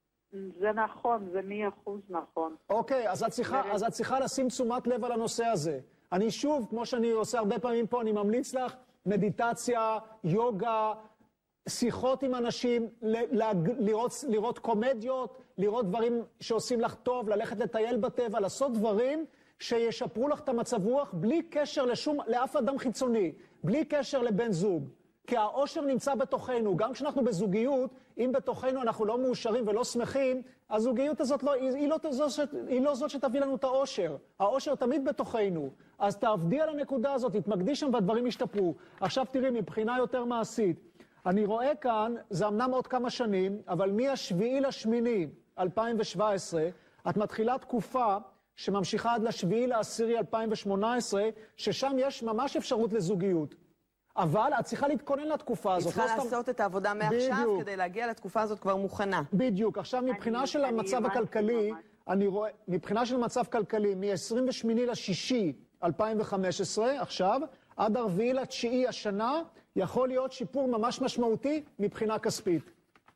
זה נכון, זה מאה אחוז נכון. אוקיי, אז את צריכה, אז את צריכה לשים תשומת לב על הנושא הזה. אני שוב, כמו שאני עושה הרבה פעמים פה, אני ממליץ לך מדיטציה, יוגה, שיחות עם אנשים, לראות, לראות קומדיות, לראות דברים שעושים לך טוב, ללכת לטייל בטבע, לעשות דברים שישפרו לך את המצב רוח בלי קשר לשום, לאף אדם חיצוני, בלי קשר לבן זוג. כי האושר נמצא בתוכנו. גם כשאנחנו בזוגיות, אם בתוכנו אנחנו לא מאושרים ולא שמחים, הזוגיות הזאת לא, היא, היא, לא, היא לא זאת שתביא לנו את האושר. האושר תמיד בתוכנו. אז תעבדי על הנקודה הזאת, תתמקדי שם והדברים ישתפרו. עכשיו תראי, מבחינה יותר מעשית, אני רואה כאן, זה אמנם עוד כמה שנים, אבל מהשביעי לשמיני אלפיים שבע עשרה, את מתחילה תקופה שממשיכה עד לשביעי לעשירי אלפיים שמונה עשרה, ששם יש ממש אפשרות לזוגיות. אבל את צריכה להתכונן לתקופה הזאת. היא צריכה לעשות את העבודה מעכשיו כדי להגיע לתקופה הזאת כבר מוכנה. בדיוק. עכשיו, מבחינה של המצב הכלכלי, אני רואה, מבחינה של מצב כלכלי, מ-עשרים ושמונה לשישי אלפיים וחמש עשרה, עכשיו, עד הרביעי לתשיעי השנה, יכול להיות שיפור ממש משמעותי מבחינה כספית.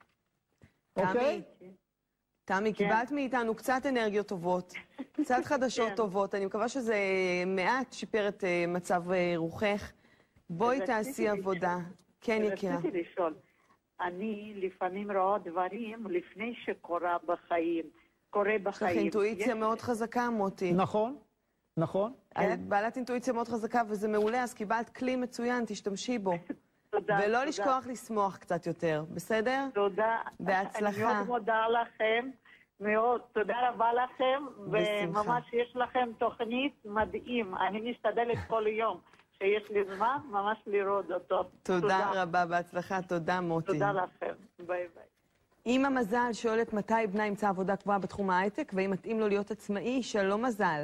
אוקיי? תמי, קיבלת מאיתנו קצת אנרגיות טובות, קצת חדשות טובות. אני מקווה שזה מעט שיפר את מצב רוחך. בואי תעשי עבודה. כן, יקירה. רציתי לשאול, אני לפעמים רואה דברים לפני שקורה בחיים, קורה בחיים. יש לך אינטואיציה מאוד חזקה, מוטי. נכון, נכון. בעלת אינטואיציה מאוד חזקה, וזה מעולה, אז קיבלת כלי מצוין, תשתמשי בו. תודה. ולא לשכוח לשמוח קצת יותר, בסדר? תודה. בהצלחה. אני מאוד מודה לכם, מאוד, תודה רבה לכם, וממש יש לכם תוכנית מדהים, אני משתדלת כל יום. שיש לי זמן, ממש לראות אותו. תודה רבה, בהצלחה, תודה מוטי. תודה לכם, ביי ביי. אמא מזל שואלת מתי בנה ימצא עבודה קבועה בתחום ההייטק, ואם מתאים לו להיות עצמאי, שלום מזל.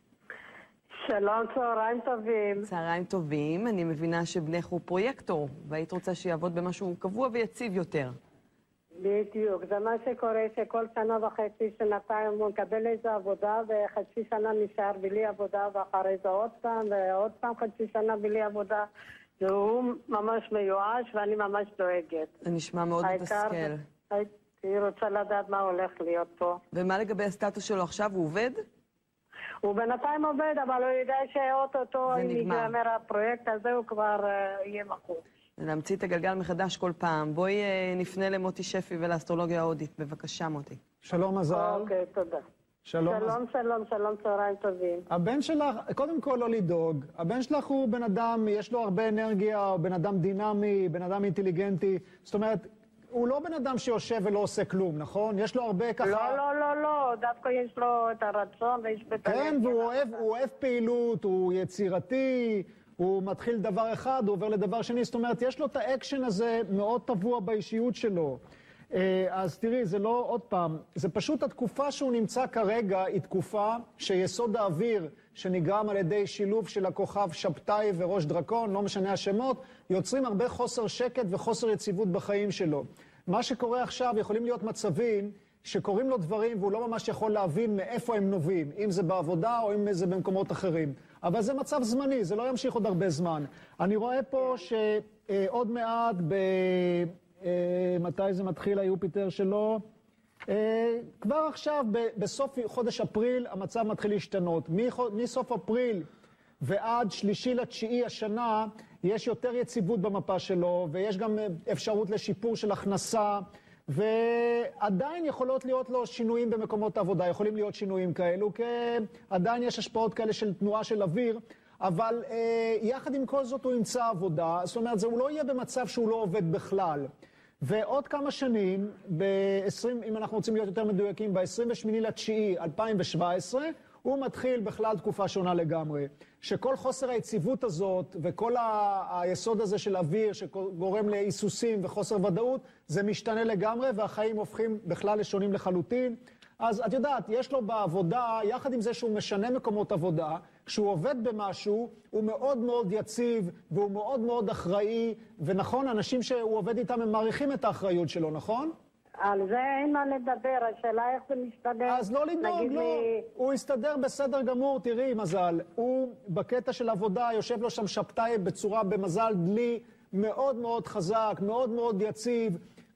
שלום, צהריים טובים. צהריים טובים, אני מבינה שבנך הוא פרויקטור, והיית רוצה שיעבוד במשהו קבוע ויציב יותר. בדיוק, זה מה שקורה שכל שנה וחצי, שנתיים הוא מקבל איזו עבודה וחצי שנה נשאר בלי עבודה ואחרי זה עוד פעם ועוד פעם חצי שנה בלי עבודה והוא ממש מיואש ואני ממש דואגת. זה נשמע מאוד מתסכל. הייתי רוצה לדעת מה הולך להיות פה. ומה לגבי הסטטוס שלו עכשיו? הוא עובד? הוא בינתיים עובד, אבל הוא יודע שאו-טו-טו אם ייגמר הפרויקט הזה הוא כבר יהיה מכור. להמציא את הגלגל מחדש כל פעם. בואי נפנה למוטי שפי ולאסטרולוגיה ההודית. בבקשה, מוטי. שלום, מזל. אוקיי, תודה. שלום, שלום, שלום, שלום, צהריים טובים. הבן שלך, קודם כל לא לדאוג. הבן שלך הוא בן אדם, יש לו הרבה אנרגיה, הוא בן אדם דינמי, בן אדם אינטליגנטי. זאת אומרת, הוא לא בן אדם שיושב ולא עושה כלום, נכון? יש לו הרבה ככה... לא, לא, לא, לא. דווקא יש לו את הרצון ויש בית אנרגיה. כן, והוא אוהב, הוא אוהב פעילות, הוא יצירתי. הוא מתחיל דבר אחד, הוא עובר לדבר שני, זאת אומרת, יש לו את האקשן הזה מאוד טבוע באישיות שלו. אז תראי, זה לא עוד פעם, זה פשוט התקופה שהוא נמצא כרגע, היא תקופה שיסוד האוויר שנגרם על ידי שילוב של הכוכב שבתאי וראש דרקון, לא משנה השמות, יוצרים הרבה חוסר שקט וחוסר יציבות בחיים שלו. מה שקורה עכשיו, יכולים להיות מצבים שקוראים לו דברים והוא לא ממש יכול להבין מאיפה הם נובעים, אם זה בעבודה או אם זה במקומות אחרים. אבל זה מצב זמני, זה לא ימשיך עוד הרבה זמן. אני רואה פה שעוד מעט, ב... מתי זה מתחיל היופיטר שלו? כבר עכשיו, בסוף חודש אפריל, המצב מתחיל להשתנות. מסוף אפריל ועד שלישי לתשיעי השנה, יש יותר יציבות במפה שלו, ויש גם אפשרות לשיפור של הכנסה, ועדיין יכולות להיות לו שינויים במקומות העבודה, יכולים להיות שינויים כאלו, כי עדיין יש השפעות כאלה של תנועה של אוויר, אבל אה, יחד עם כל זאת הוא ימצא עבודה, זאת אומרת, זה הוא לא יהיה במצב שהוא לא עובד בכלל. ועוד כמה שנים, ב-עשרים, אם אנחנו רוצים להיות יותר מדויקים, ב-עשרים ושמונה לתשיעי אלפיים שבע עשרה, הוא מתחיל בכלל תקופה שונה לגמרי. שכל חוסר היציבות הזאת וכל ה- היסוד הזה של אוויר שגורם להיסוסים וחוסר ודאות, זה משתנה לגמרי והחיים הופכים בכלל לשונים לחלוטין. אז את יודעת, יש לו בעבודה, יחד עם זה שהוא משנה מקומות עבודה, כשהוא עובד במשהו, הוא מאוד מאוד יציב והוא מאוד מאוד אחראי, ונכון, אנשים שהוא עובד איתם הם מעריכים את האחריות שלו, נכון? על זה אין מה לדבר, השאלה איך זה מסתדר. אז לא לדאוג, לא. לי... הוא יסתדר בסדר גמור, תראי, מזל. הוא בקטע של עבודה, יושב לו שם שבתאי בצורה, במזל דלי, מאוד מאוד חזק, מאוד מאוד יציב.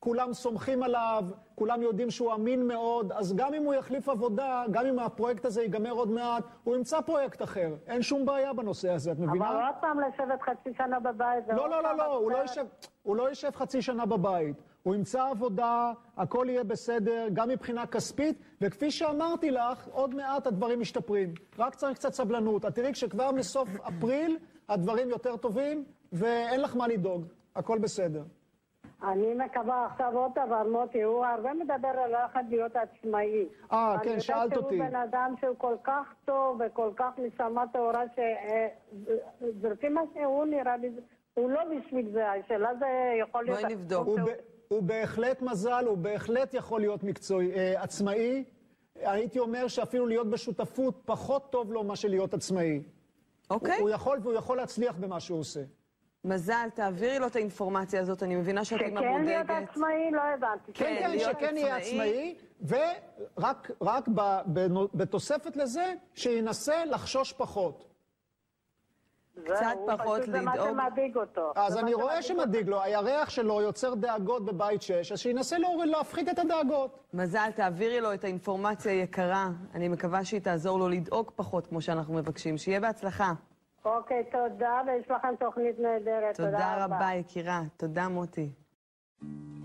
כולם סומכים עליו, כולם יודעים שהוא אמין מאוד, אז גם אם הוא יחליף עבודה, גם אם הפרויקט הזה ייגמר עוד מעט, הוא ימצא פרויקט אחר. אין שום בעיה בנושא הזה, את מבינה? אבל עוד פעם לשבת חצי שנה בבית. לא, לא, לא, לא, הוא לא יישב, הוא לא יישב חצי שנה בבית. הוא ימצא עבודה, הכל יהיה בסדר, גם מבחינה כספית, וכפי שאמרתי לך, עוד מעט הדברים משתפרים. רק צריך קצת סבלנות. את תראי, כשכבר מסוף אפריל, הדברים יותר טובים, ואין לך מה לדאוג. הכל בסדר. אני מקווה עכשיו עוד דבר, מוטי, הוא הרבה מדבר על איך להיות עצמאי. אה, כן, שאלת אותי. אני יודעת שהוא בן אדם שהוא כל כך טוב וכל כך נשמה טהורה, שזרתי מה שהוא נראה לי, הוא לא בשביל זה, השאלה זה יכול להיות... בואי נבדוק. הוא בהחלט מזל, הוא בהחלט יכול להיות מקצועי, עצמאי. הייתי אומר שאפילו להיות בשותפות פחות טוב לו מה שלהיות עצמאי. אוקיי. הוא יכול והוא יכול להצליח במה שהוא עושה. מזל, תעבירי לו את האינפורמציה הזאת, אני מבינה שאת אימא בודקת. שכן להיות עצמאי, לא הבנתי. כן, כן, שכן יהיה עצמאי, ורק בתוספת לזה, שינסה לחשוש פחות. קצת פחות לדאוג. זה מה שמדאיג אותו. אז אני רואה שמדאיג לו, הירח שלו יוצר דאגות בבית שש, אז שינסה להפחית את הדאגות. מזל, תעבירי לו את האינפורמציה היקרה, אני מקווה שהיא תעזור לו לדאוג פחות, כמו שאנחנו מבקשים. שיהיה בהצלחה. אוקיי, תודה, ויש לכם תוכנית נהדרת. תודה רבה, יקירה. תודה, מוטי.